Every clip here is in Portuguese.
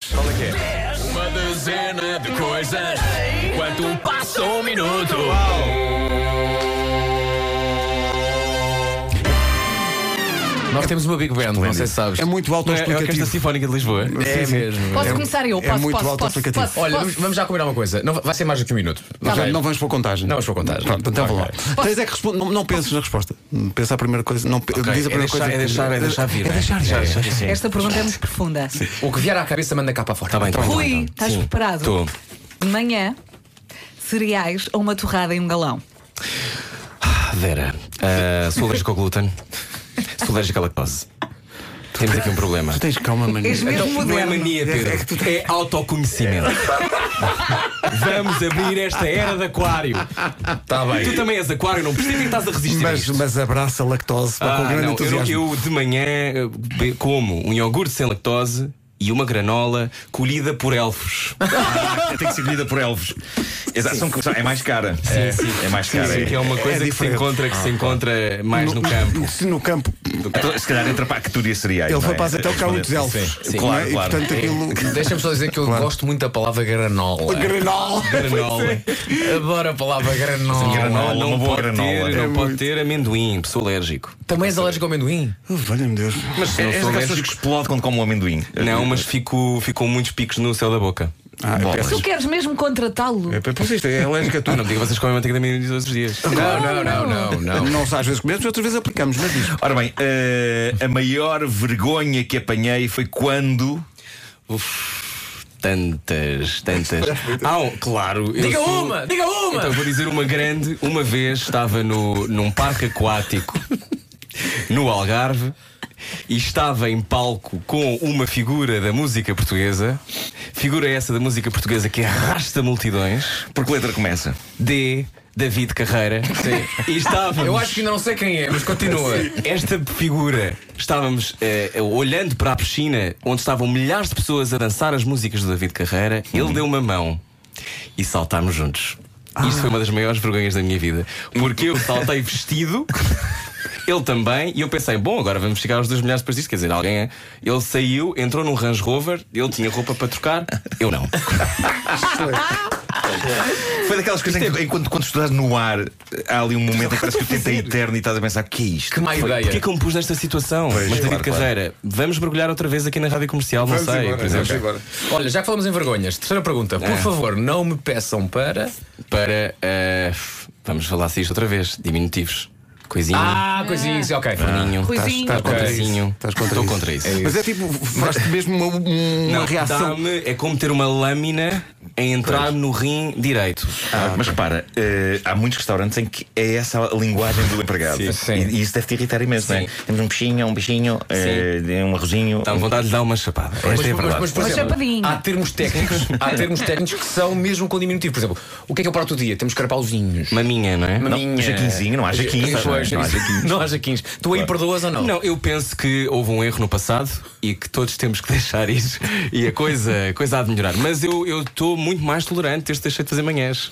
Qual é que é? Uma dezena de coisas quanto passa um minuto. Nós temos uma Big Band, não sei se sabes. É muito É a autoexplicativo. Orquestra Sinfónica de Lisboa. É mesmo. Posso começar eu? É muito autoexplicativo. Olha, vamos já combinar uma coisa. Não vai ser mais do que um minuto. Não vamos para a contagem. Não vamos para a contagem. Pronto, então vá lá. Ok. Tens é que responder. Não penses na resposta. Pensa a primeira coisa. Não, diz a primeira coisa. É deixar vir. É deixar ir. Esta pergunta é muito profunda. O que vier à cabeça manda cá para fora. Está bem, está bem. Rui, estás preparado? Estou. De manhã, cereais ou uma torrada em um galão? Vera, sou alérgico ao glúten. Sou alérgico à lactose. Temos aqui um problema. Tu tens calma, mania. És mesmo Não é moderno. mania, Pedro. É autoconhecimento. Vamos abrir esta era de aquário. Está bem. Tu também és aquário, não percebes que estás a resistir a isto. Mas abraça a lactose com grande Não, entusiasmo. eu de manhã como um iogurte sem lactose e uma granola colhida por elfos. Tem que ser colhida por elfos. Exato, é mais cara. É mais cara. Que é uma coisa que se encontra mais no campo. Se no campo. Então, se calhar entra para a cultura e cereais. Ele não foi é? para até o cá muitos elfos. Sim, não é? claro, E claro. portanto aquilo. Deixa-me só dizer que eu gosto muito da palavra granola. Granola. Granola. Adoro a palavra granola. Granola, uma boa granola. Não pode ter amendoim, sou alérgico. Também és alérgico ao amendoim? Valha-me Deus. Mas É não sou daquelas pessoas que alérgico. explode quando come um amendoim. Não, mas ficam muitos picos no céu da boca. Bolas. Tu queres mesmo contratá-lo? Pois isto é alérgica a tudo. Não digo vocês comem manteiga de amendoim todos os dias. Não. Não, às vezes comemos, outras vezes aplicamos, mas diz. Ora bem, a maior vergonha que apanhei foi quando. Tantas. Claro. eu Diga sou- uma! Então vou dizer uma grande. Uma vez estava num parque aquático no Algarve e estava em palco com uma figura da música portuguesa. Figura essa da música portuguesa que arrasta multidões. Por que letra começa? David Carreira. E estávamos. Eu acho que ainda não sei quem é, mas continua. Esta figura, estávamos olhando para a piscina onde estavam milhares de pessoas a dançar as músicas do David Carreira. Ele deu uma mão e saltámos juntos. Isto foi uma das maiores vergonhas da minha vida. Porque eu saltei vestido, ele também, e eu pensei, bom, agora vamos chegar aos 2 milhares depois disto. Quer dizer, alguém. Ele saiu, entrou num Range Rover, ele tinha roupa para trocar, eu não. Foi daquelas coisas em que quando estudas no ar, há ali um momento em que parece que o tempo é eterno e estás a pensar: o que é isto? Que má ideia. Porquê que eu me pus nesta situação? Pois, Mas David claro, Carreira, vamos mergulhar outra vez aqui na rádio comercial, não sei, por exemplo. Olha, já que falamos em vergonhas, terceira pergunta. Por favor, não me peçam para. Vamos falar se isto outra vez. Diminutivos. Coisinho. Coisinhas, ok. Forninho. Ruizinho. Estás contra isso. Coisinho. Estás contra Estou isso. contra isso. Mas é tipo, faz-te mesmo uma reação. É como ter uma lâmina a entrar no rim direito. Mas repara, há muitos restaurantes em que é essa a linguagem do empregado. Sim. E isso deve te irritar imenso, não é? Sim. Temos um peixinho, um arrozinho. Dá-me vontade de lhe dar uma chapada. Esta é a verdade. Mas, por Uma exemplo, chapadinha. há termos técnicos que são mesmo com diminutivo. Por exemplo, o que é o prato do dia? Temos carapauzinhos. Maminha, não é? Maminha. Jaquinzinho, não há jaquins. Pois, Não há jaquins. Não há jaquins. Tu aí perdoas ou não? Não, eu penso que houve um erro no passado e que todos temos que deixar isso e a coisa há de melhorar. Mas eu estou muito mais tolerante desde que deixei de fazer manhãs.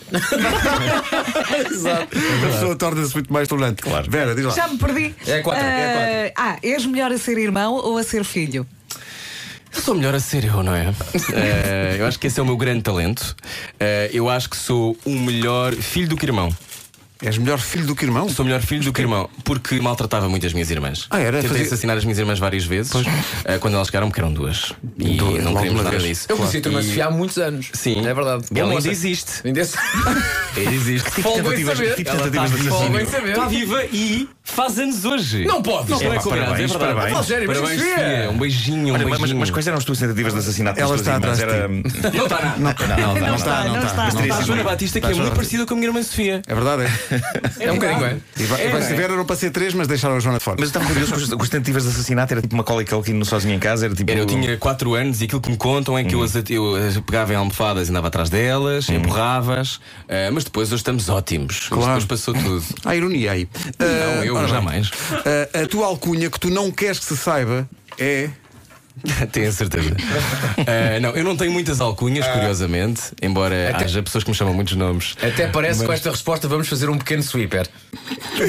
Exato. A pessoa torna-se muito mais tolerante. Claro. Vera, diz lá. Já me perdi. É 4. És melhor a ser irmão ou a ser filho? Eu sou melhor a ser eu, não é? Eu acho que esse é o meu grande talento. Eu acho que sou o melhor filho do que irmão. És melhor filho do que irmão? Sou melhor filho do que irmão, porque maltratava muito as minhas irmãs. Era? Tentei Fazia- assassinar as minhas irmãs várias vezes, quando elas chegaram, porque eram 2. E Duas, não logo queríamos uma nada vez. disso. Eu conheci a tua irmã E- Sofia há muitos anos. Sim. É verdade. Ela ainda Moça. existe. Ainda Ainda existe. Folgou em saber. tipo tentativas de Folgou em assassínio. saber. Está viva e faz anos hoje. Não pode. Não é pá, combinado, parabéns, é verdade. parabéns. Fala sério, mas Parabéns, Sofia. Sofia. Um beijinho, Olha, um mas beijinho. quais eram as tuas tentativas de assassinato Ela das tuas está irmãs? atrás de Era. Não está nada. Não está. Não está. Está a Joana Batista, que é muito parecida com a minha irmã Sofia. É verdade, é. É um bocadinho, é? E vai se ver, eram para ser 3, mas deixaram a Joana de fora. Mas eu estava curioso com as tentativas de assassinato. Era tipo uma Macaulay Culkin no Sozinho em Casa. Era tipo. Eu tinha 4 anos e aquilo que me contam é que eu as pegava em almofadas e andava atrás delas, empurravas, mas depois hoje estamos ótimos. Claro. Depois passou tudo. Há ironia aí. Não, eu ora bem. jamais. A tua alcunha que tu não queres que se saiba é. Tenho a certeza. Não, eu não tenho muitas alcunhas, curiosamente, embora haja pessoas que me chamam muitos nomes. Até parece que com esta resposta vamos fazer um pequeno sweeper.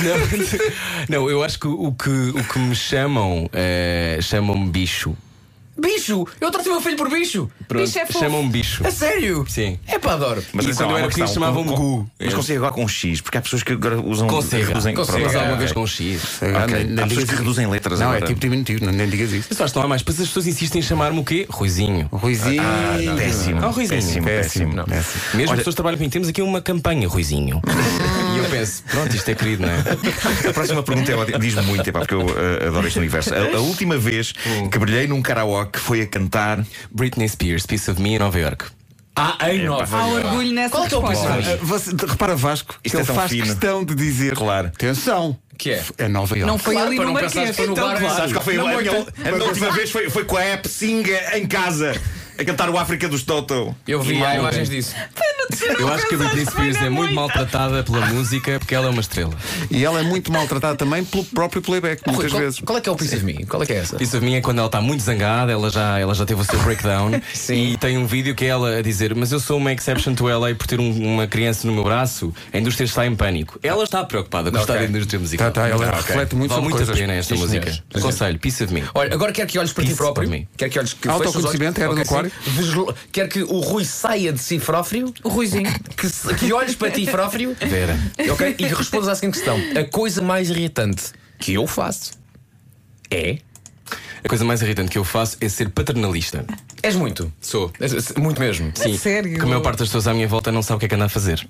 Não, eu acho que o que me chamam, chamam-me bicho. Bicho! Eu tratei o meu filho por bicho! Pronto, Bicho é fofo. chamam-me bicho. A sério? Sim. É pá, adoro. Mas E atenção, quando eu há era uma pequeno questão. chamavam-me Gu. Mas consigo agora com um X, porque há pessoas que agora usam. Consigo. reduzem. Consigo Pronto, alguma ok. vez com um X. Ok. Há pessoas que reduzem letras Não, agora. é tipo diminutivo, nem digas isso. Mas faz não há mais. Depois as pessoas insistem em chamar-me o quê? Ruizinho. Ruizinho. Péssimo. Ah, Ruizinho. Péssimo, péssimo. Não. Péssimo. Mesmo Olha- pessoas que trabalham comigo, temos aqui uma campanha, Ruizinho. E eu penso, pronto, isto é querido, não é? A próxima pergunta é ótima, diz-me muito, epá, porque eu adoro este universo. A última vez que brilhei num karaoke foi a cantar. Britney Spears, Piece of Me em Nova York. Em Nova Há Iorque. orgulho nessa Qual é o teu resposta. Você, repara, Vasco, Isto que é ele tão faz fino. questão de dizer: Claro. atenção, Que é? é Nova Iorque. Não foi Claro, ali para no não pensar Marquês. que foi no bar. Sabes qual foi Na a minha moita. última vez? Foi com a Epsinga em casa a cantar o África dos Toto. Eu vi Mal, imagens ok. disso. Eu acho que a Britney Spears é muito maltratada pela música porque ela é uma estrela. E ela é muito maltratada também pelo próprio playback, muitas vezes. Qual é que é o Piece of Me? Qual é que é essa? Piece of Me é quando ela está muito zangada, ela já teve o seu breakdown. Sim. E tem um vídeo que é ela a dizer: mas eu sou uma exception to LA por ter uma criança no meu braço, a indústria está em pânico. Ela está preocupada com o estado da indústria musical. Ela reflete muito Vale sobre muito a coisas. pena esta Sim, música. senhores. Aconselho, Piece of Me. Olha, agora quero que olhes para ti Piece próprio. of me. Quero que olhes que Autoconhecimento, feches os era olhos. do Ok, sim. Quero que o Rui saia de si próprio. O Ruizinho. Que olhes para ti próprio. Vera. Ok? E que respondas à seguinte questão: a coisa mais irritante que eu faço é. A coisa mais irritante que eu faço é ser paternalista. És muito. Sou. Muito mesmo. Sim, sério? que a maior parte das pessoas à minha volta não sabe o que é que anda a fazer.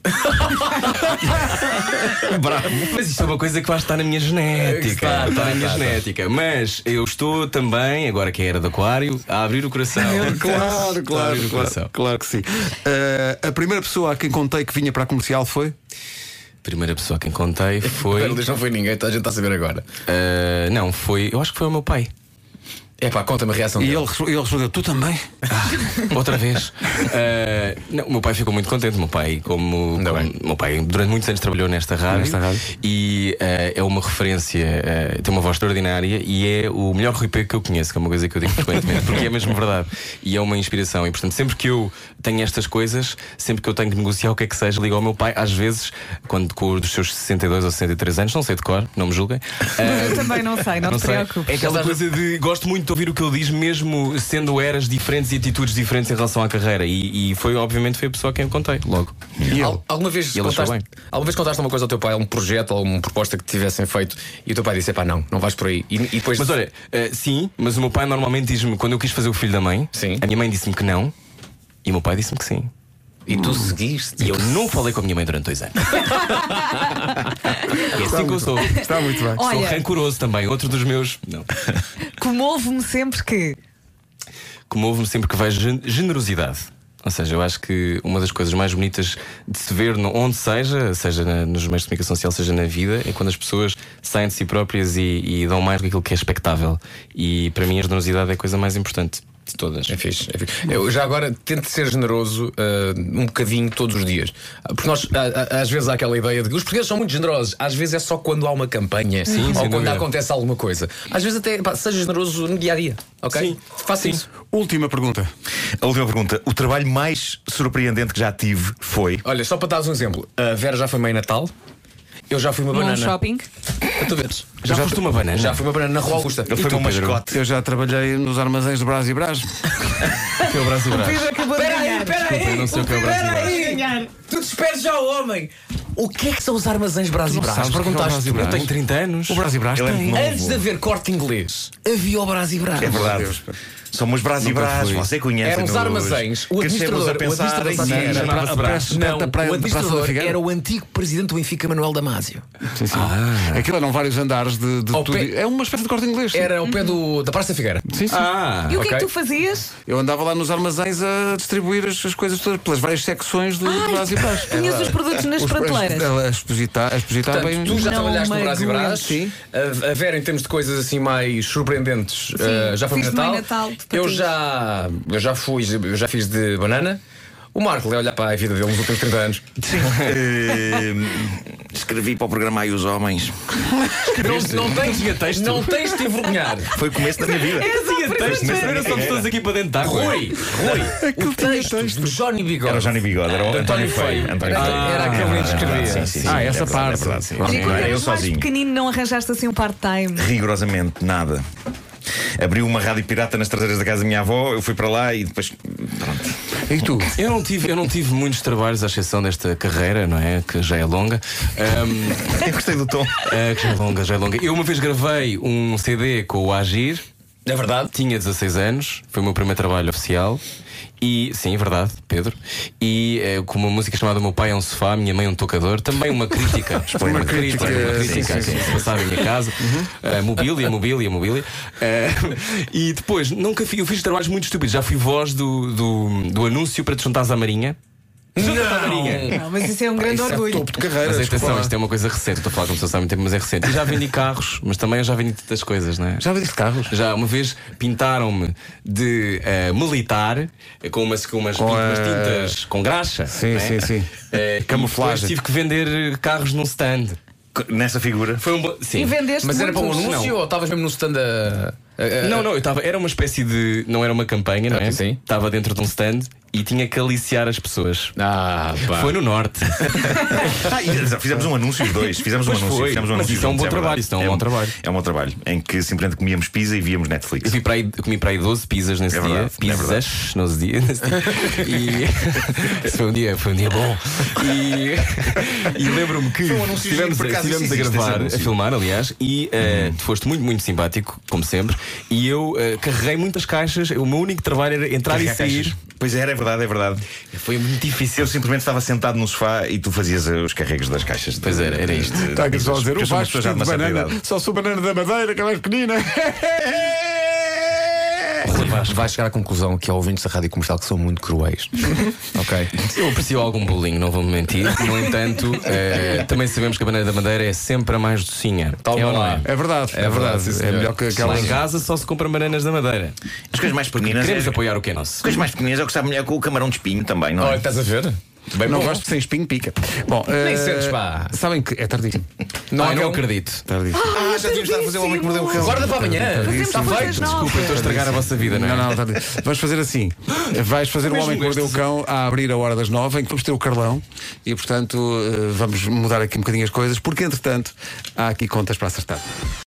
Bravo. Mas isto é uma coisa que vai estar na minha genética. Está na minha genética. Mas eu estou também, agora que é era do Aquário, a abrir o coração. Claro, Claro, claro, claro que sim. A primeira pessoa a quem contei que vinha para a comercial foi? A primeira pessoa a quem contei foi. Não foi ninguém, a gente está a saber agora. Não, foi. Eu acho que foi o meu pai. É pá, conta-me a reação E dele. ele respondeu: tu também? Outra vez. Não, o meu pai ficou muito contente. O meu pai, meu pai durante muitos anos trabalhou nesta rádio, e é uma referência, tem uma voz extraordinária e é o melhor Rui Pego que eu conheço, que é uma coisa que eu digo frequentemente, porque é mesmo verdade. E é uma inspiração. E portanto, sempre que eu tenho estas coisas, sempre que eu tenho que negociar o que é que seja, ligo ao meu pai. Às vezes, quando com os seus 62 ou 63 anos, não sei de cor, não me julguem. Eu também não sei, não te sei. preocupes. É aquela coisa de gosto muito de ouvir o que ele diz, mesmo sendo eras diferentes e atitudes diferentes em relação à carreira. E foi, obviamente, foi a pessoa a quem eu contei logo. E ele? Alguma vez ele achou contaste uma coisa ao teu pai, um projeto ou uma proposta que tivessem feito e o teu pai disse: pá, não vais por aí. E depois. Mas olha, sim, mas o meu pai normalmente diz-me, quando eu quis fazer o filho da mãe, Sim. a minha mãe disse-me que não e o meu pai disse-me que sim. E tu seguiste. E eu não falei com a minha mãe durante 2 anos. E é assim que eu sou. Está muito bem. Sou Olha, rancoroso também, outro dos meus. Não. comovo-me sempre que. Comovo-me sempre que vejo generosidade. Ou seja, eu acho que uma das coisas mais bonitas de se ver onde seja nos meios de comunicação social, seja na vida, é quando as pessoas saem de si próprias e dão mais do que aquilo que é expectável. E para mim a generosidade é a coisa mais importante de todas. É fixe, é fixe. Eu já agora tento ser generoso um bocadinho todos os dias. Porque nós, às vezes, há aquela ideia de que os portugueses são muito generosos. Às vezes é só quando há uma campanha Sim, ou sem quando dúvida. acontece alguma coisa. Às vezes até seja generoso no dia a dia. Ok? Sim. Faça isso. Última pergunta. A última pergunta. O trabalho mais surpreendente que já tive foi. Olha, só para dares um exemplo, a Vera já foi mãe Natal. Eu já fui uma Num banana. shopping. Para tu veres. Já foste uma banana? Já fui uma banana na Rua Augusta. Ele foi tu, uma Pedro? mascote. Eu já trabalhei nos armazéns do Brás e Brás. Que é o Brasil Brás. Pedro acabou de ganhar. Desculpa, eu não sei o que é o Brasil Brás. Tu despedes já o homem. O que é que são os armazéns Brás e Brás? sabes o que é o Perguntaste Brás e tu. Brás? Eu tenho 30 anos. O Brás e Brás Ele é tem. muito novo. Antes de haver Corte Inglês, havia o Brás e Brás. É verdade. Deus, pá. Somos Brás e Nunca Brás, fui. você conhece. Eram os armazéns. O Crescemos administrador, a pensar em o si. administrador chamava-se Brás. Não, perto da o Praça da administrador Figueira. era o antigo presidente do Benfica, Manuel Damasio. Sim, sim. Aquilo eram vários andares de Ao tudo. pé- É uma espécie de Corte Inglês. sim. Era ao pé da Praça da Figueira. Sim, sim. E o que é ok. que tu fazias? Eu andava lá nos armazéns a distribuir as coisas todas pelas várias secções do Brás e Brás. Punhas os produtos nas prateleiras. A expositar bem. Portanto, tu já Não trabalhaste no me Brás e Brás. aguento. Sim. A Vera, em termos de coisas assim mais surpreendentes, já foi fiz de Natal. mãe Natal, de Eu patins. já fiz de banana. O Marco é olhar para a vida dele nos últimos 30 anos. Escrevi para o programa Ai os Homens. Não tens de te envergonhar. Foi o começo da minha vida. Tinha texto, mas só pessoas aqui para dentro de água. Rui, o texto do Johnny Bigode. Era o Johnny Bigode, era o Do António António Feio. Feio. António Feio. Era aquele que escrevia. Sim, sim, sim. Ah, É essa verdade, parte. É verdade, sim. Ok. Era eu Eras mais sozinho. pequenino, não arranjaste assim um part-time. Rigorosamente nada. abriu uma rádio pirata nas traseiras da casa da minha avó. Eu fui para lá e depois. Pronto. E tu? Eu não tive muitos trabalhos, à exceção desta carreira, não é? Que já é longa. Eu gostei do tom. Que já é longa. Eu uma vez gravei um CD com o Agir. É verdade? Tinha 16 anos, foi o meu primeiro trabalho oficial. E, sim, é verdade, Pedro. E com uma música chamada O Meu Pai é um Sofá, Minha Mãe é um Tocador. Também uma crítica. Uma crítica, que se passava em minha casa. Mobília. E depois, eu fiz trabalhos muito estúpidos. Já fui voz do anúncio para te juntares à Marinha. Não, mas isso é um grande orgulho. Topo de carreira. Mas atenção, isto é uma coisa recente. Estou a falar com pessoas há muito tempo, mas é recente. E já vendi carros, mas também eu já vendi tantas coisas, não é? Já vendiste carros? Já uma vez pintaram-me de militar com umas tintas com graxa. Sim, não é? sim. Camuflagem. E depois tive que vender carros num stand. Nessa figura. Foi sim. E vendeste Mas era para um muitos. anúncio ou estavas mesmo no stand Não, eu estava. Era uma espécie de. Não era uma campanha, não é? Sim. Estava dentro de um stand e tinha que aliciar as pessoas. Pá. Foi no norte. Fizemos um anúncio, os dois. Fizemos um Pois anúncio. foi. Fizemos um Mas anúncio isso é um juntos, bom trabalho, verdade. isso é um bom trabalho. É um bom trabalho. Em que simplesmente comíamos pizza e víamos Netflix. Eu comi para aí 12 pizzas nesse É dia. verdade, é verdade. Pizzas nesse dia. E isso foi um dia bom. E lembro-me que Foi um anúncio estivemos por acaso, a existe esse gravar, a anúncio. filmar, aliás, e tu foste muito, muito simpático, como sempre. E eu carreguei muitas caixas. O meu único trabalho era entrar e sair. Pois é verdade. Foi muito difícil. Eu simplesmente estava sentado no sofá e tu fazias os carregos das caixas. Pois era isto. Está aqui só a dizer, Porque o eu sou uma Vasco pessoa já de uma vestido de certa banana. idade. Só sou banana da Madeira, que é mais pequenina. Vai chegar à conclusão que há ouvintes da rádio comercial que são muito cruéis. Ok. Eu aprecio algum bullying, não vou mentir. No entanto, também sabemos que a banana da Madeira é sempre a mais docinha. Toma É ou não lá. é? É verdade, É verdade, sim, É senhor. melhor que aquela. Lá em casa só se compra bananas da Madeira. As coisas mais pequeninas. Queremos As apoiar o que é nosso. coisas mais pequeninas é o que sabe melhor com o camarão de espinho também, não Olha, é? estás a ver? Bem Não bom. gosto de sem espinho, pica. Bom, Nem sentes, pá. sabem que é tardíssimo. Não, não não acredito. Tardíssimo. Já devíamos estar a fazer o homem que mordeu o cão. Guarda para amanhã. Fazemos Está coisas feito. novas. Desculpa, estou a estragar a vossa vida, não é? Não, tardíssimo. Vamos fazer assim. Vais fazer o Homem que Mordeu o Cão a abrir a hora das 9, em que vamos ter o Carlão. E, portanto, vamos mudar aqui um bocadinho as coisas, porque, entretanto, há aqui contas para acertar.